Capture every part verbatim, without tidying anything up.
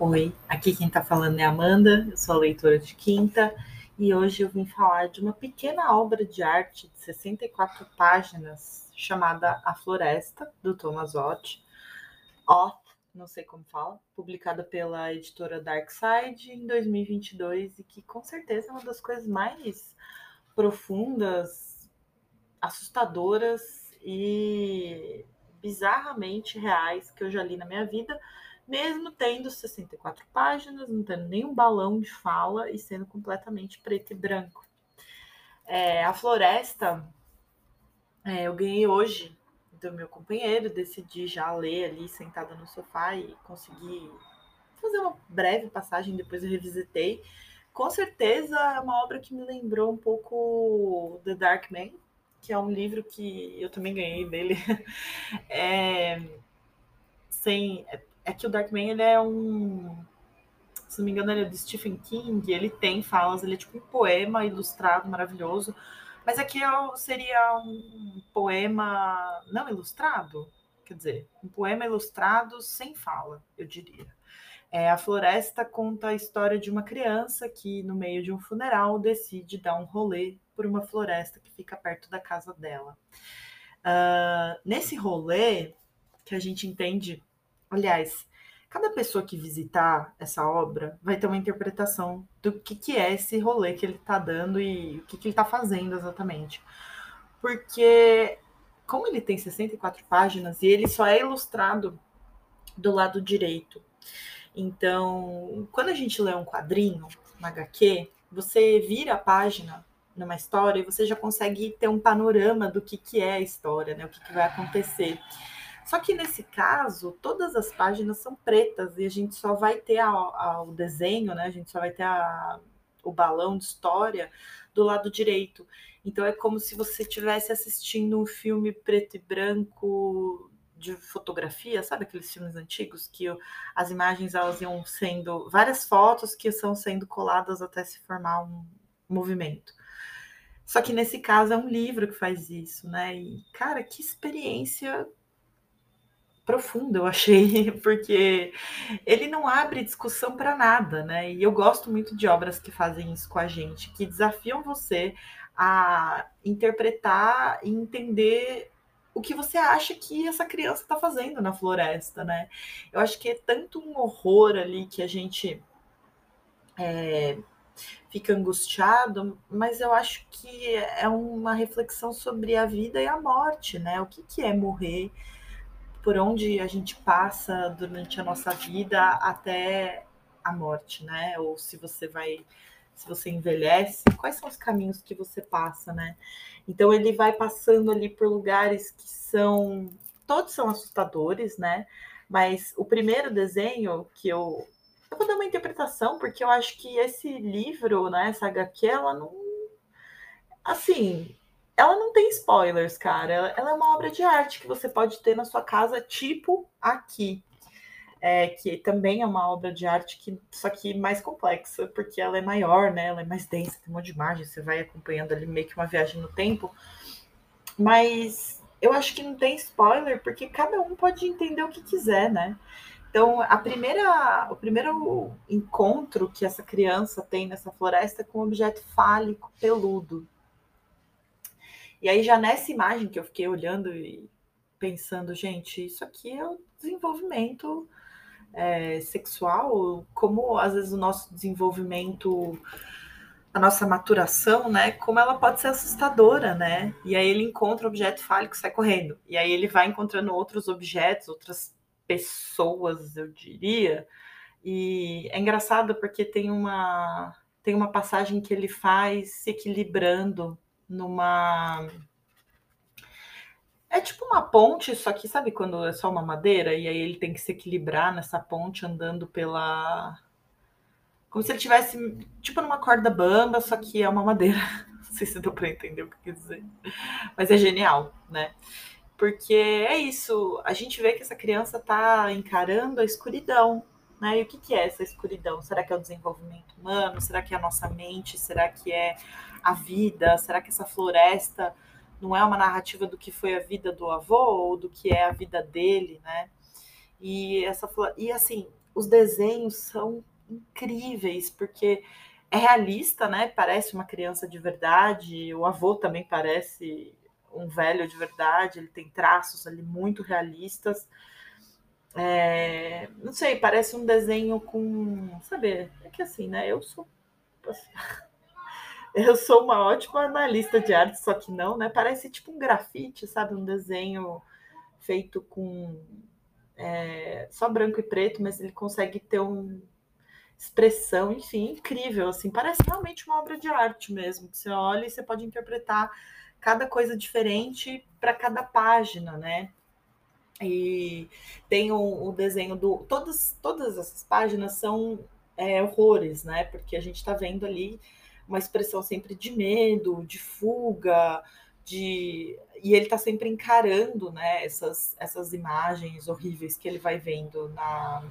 Oi, aqui quem está falando é a Amanda, eu sou a leitora de quinta e hoje eu vim falar de uma pequena obra de arte de sessenta e quatro páginas chamada A Floresta, do Thomas Oth, Oth, não sei como fala, publicada pela editora Darkside em dois mil e vinte e dois e que com certeza é uma das coisas mais profundas, assustadoras e bizarramente reais que eu já li na minha vida, mesmo tendo sessenta e quatro páginas, não tendo nenhum balão de fala e sendo completamente preto e branco. É, a Floresta, é, eu ganhei hoje do meu companheiro, decidi já ler ali sentada no sofá e consegui fazer uma breve passagem, depois eu revisitei. Com certeza é uma obra que me lembrou um pouco The Dark Man, que é um livro que eu também ganhei dele. É, sem, é, é que o Darkman ele é um, se não me engano, ele é do Stephen King, ele tem falas, ele é tipo um poema ilustrado maravilhoso, mas aqui eu, seria um poema não ilustrado, quer dizer, um poema ilustrado sem fala, eu diria. É, a Floresta conta a história de uma criança que, no meio de um funeral, decide dar um rolê por uma floresta que fica perto da casa dela. Uh, nesse rolê, que a gente entende, aliás, cada pessoa que visitar essa obra vai ter uma interpretação do que, que é esse rolê que ele está dando e o que, que ele está fazendo exatamente. Porque, como ele tem sessenta e quatro páginas e ele só é ilustrado do lado direito, então, quando a gente lê um quadrinho, uma agá quê, você vira a página numa história e você já consegue ter um panorama do que, que é a história, né? O que, que vai acontecer. Só que nesse caso, todas as páginas são pretas e a gente só vai ter a, a, o desenho, né? A gente só vai ter a, o balão de história do lado direito. Então é como se você estivesse assistindo um filme preto e branco de fotografia, sabe aqueles filmes antigos que as imagens elas iam sendo várias fotos que são sendo coladas até se formar um movimento. Só que nesse caso é um livro que faz isso, né? E cara, que experiência profunda eu achei, porque ele não abre discussão para nada, né? E eu gosto muito de obras que fazem isso com a gente, que desafiam você a interpretar e entender o que você acha que essa criança está fazendo na floresta, né? Eu acho que é tanto um horror ali que a gente é, fica angustiado, mas eu acho que é uma reflexão sobre a vida e a morte, né? O que, que é morrer? Por onde a gente passa durante a nossa vida até a morte, né? Ou se você vai, se você envelhece, quais são os caminhos que você passa, né? Então ele vai passando ali por lugares que são, todos são assustadores, né? Mas o primeiro desenho que eu, eu vou dar uma interpretação, porque eu acho que esse livro, né, essa agá quê, ela não, assim, ela não tem spoilers, cara. Ela é uma obra de arte que você pode ter na sua casa, tipo aqui. É, que também é uma obra de arte, que, só que mais complexa, porque ela é maior, né? Ela é mais densa, tem um monte de imagem, você vai acompanhando ali meio que uma viagem no tempo. Mas eu acho que não tem spoiler, porque cada um pode entender o que quiser, né? Então, a primeira, o primeiro encontro que essa criança tem nessa floresta é com um objeto fálico peludo. E aí, já nessa imagem que eu fiquei olhando e pensando, gente, isso aqui é o desenvolvimento é, sexual, como às vezes o nosso desenvolvimento, a nossa maturação, né, como ela pode ser assustadora, né? E aí ele encontra o objeto fálico e sai correndo. E aí ele vai encontrando outros objetos, outras pessoas, eu diria. E é engraçado porque tem uma, tem uma passagem que ele faz se equilibrando numa... É tipo uma ponte, só que sabe quando é só uma madeira e aí ele tem que se equilibrar nessa ponte andando pela... Como se ele tivesse tipo numa corda bamba, só que é uma madeira. Não sei se deu pra entender o que eu quis dizer. Mas é genial, né? Porque é isso, a gente vê que essa criança tá encarando a escuridão, né? E o que, que é essa escuridão? Será que é o desenvolvimento humano? Será que é a nossa mente? Será que é a vida? Será que essa floresta não é uma narrativa do que foi a vida do avô ou do que é a vida dele, né? E essa e assim, os desenhos são incríveis, porque é realista, né? Parece uma criança de verdade, o avô também parece um velho de verdade, ele tem traços ali muito realistas. É, não sei, parece um desenho com. Sabe, é que assim, né? Eu sou. Eu sou uma ótima analista de arte, só que não, né? Parece tipo um grafite, sabe? Um desenho feito com é, só branco e preto, mas ele consegue ter uma expressão, enfim, incrível, assim. Parece realmente uma obra de arte mesmo. Você olha e você pode interpretar cada coisa diferente para cada página, né? E tem o, o desenho do. Todas, todas essas páginas são é, horrores, né? Porque a gente está vendo ali uma expressão sempre de medo, de fuga, de. E ele está sempre encarando, né, essas, essas imagens horríveis que ele vai vendo na,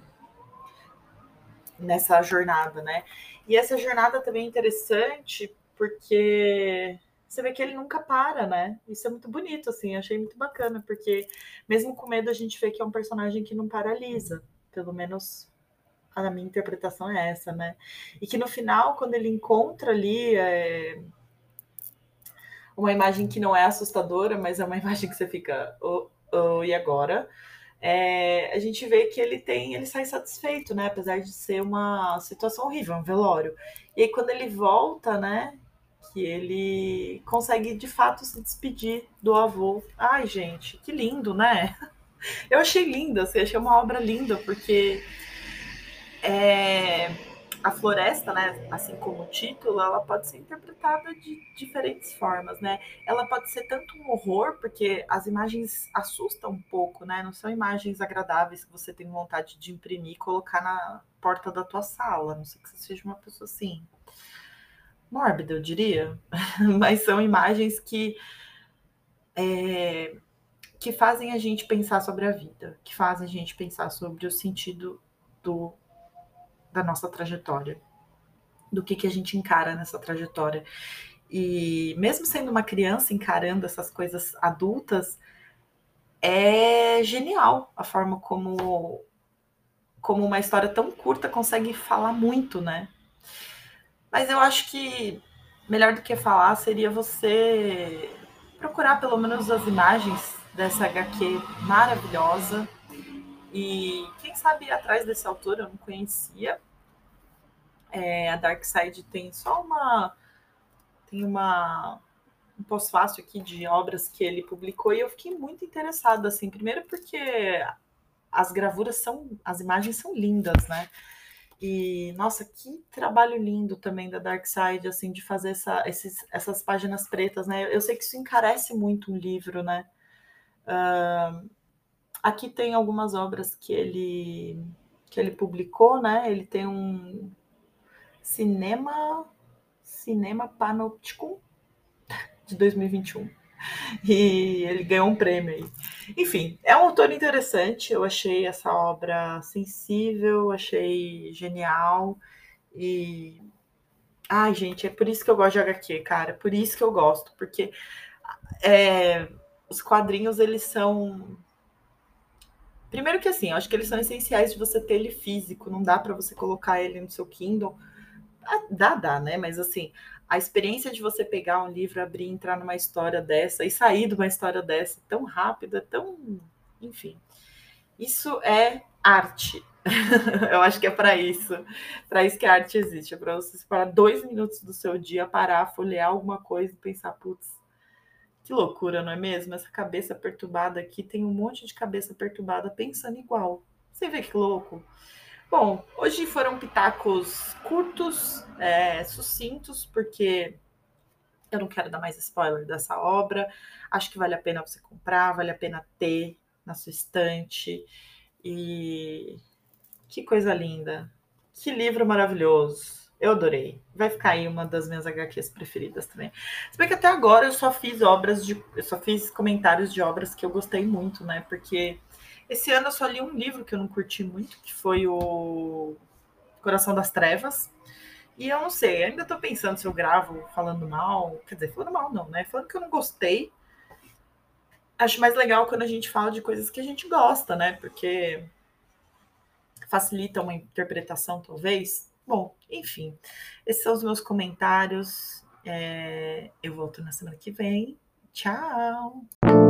nessa jornada, né? E essa jornada também é interessante porque você vê que ele nunca para, né? Isso é muito bonito, assim, achei muito bacana, porque mesmo com medo a gente vê que é um personagem que não paralisa, pelo menos a minha interpretação é essa, né? E que no final, quando ele encontra ali é, uma imagem que não é assustadora, mas é uma imagem que você fica, oh, oh, e agora? É, a gente vê que ele tem, ele sai satisfeito, né? Apesar de ser uma situação horrível, um velório. E aí quando ele volta, né? Que ele consegue de fato se despedir do avô. Ai, gente, que lindo, né? Eu achei linda, assim, achei uma obra linda, porque é, a floresta, né, assim como o título, ela pode ser interpretada de diferentes formas, né? Ela pode ser tanto um horror, porque as imagens assustam um pouco, né? Não são imagens agradáveis que você tem vontade de imprimir e colocar na porta da tua sala. Não sei que você seja uma pessoa assim, mórbida, eu diria. Mas são imagens que é, que fazem a gente pensar sobre a vida, que fazem a gente pensar sobre o sentido do, da nossa trajetória, do que, que a gente encara nessa trajetória. E mesmo sendo uma criança encarando essas coisas adultas, é genial a forma como, como uma história tão curta consegue falar muito, né? Mas eu acho que melhor do que falar seria você procurar pelo menos as imagens dessa H Q maravilhosa. E quem sabe ir atrás desse autor, eu não conhecia. É, a Dark Side tem só uma. Tem uma um pós-fácil aqui de obras que ele publicou e eu fiquei muito interessada, assim, primeiro porque as gravuras são, as imagens são lindas, né? E, nossa, que trabalho lindo também da Dark Side, assim, de fazer essa, esses, essas páginas pretas, né? Eu sei que isso encarece muito um livro, né? Uh, aqui tem algumas obras que ele, que ele publicou, né? Ele tem um Cinema, Cinema Panopticon de dois mil e vinte e um. E ele ganhou um prêmio aí. Enfim, é um autor interessante. Eu achei essa obra sensível, achei genial. E. Ai, gente, é por isso que eu gosto de H Q, cara. Por isso que eu gosto. Porque é, os quadrinhos, eles são. Primeiro que assim, eu acho que eles são essenciais de você ter ele físico. Não dá para você colocar ele no seu Kindle. Ah, dá, dá, né? Mas assim, a experiência de você pegar um livro, abrir, entrar numa história dessa e sair de uma história dessa tão rápida, tão. Enfim. Isso é arte. Eu acho que é para isso. Para isso que a arte existe. É para você separar dois minutos do seu dia, parar, folhear alguma coisa e pensar, putz, que loucura, não é mesmo? Essa cabeça perturbada aqui tem um monte de cabeça perturbada pensando igual. Você vê que louco? Bom, hoje foram pitacos curtos, é, sucintos, porque eu não quero dar mais spoiler dessa obra. Acho que vale a pena você comprar, vale a pena ter na sua estante. E que coisa linda. Que livro maravilhoso. Eu adorei. Vai ficar aí uma das minhas H Qs preferidas também. Se bem que até agora eu só fiz obras de. Eu só fiz comentários de obras que eu gostei muito, né? Porque esse ano eu só li um livro que eu não curti muito, que foi o Coração das Trevas. E eu não sei, ainda tô pensando se eu gravo falando mal. Quer dizer, falando mal não, né? Falando que eu não gostei. Acho mais legal quando a gente fala de coisas que a gente gosta, né? Porque facilita uma interpretação, talvez. Bom, enfim, esses são os meus comentários. É, eu volto na semana que vem. Tchau!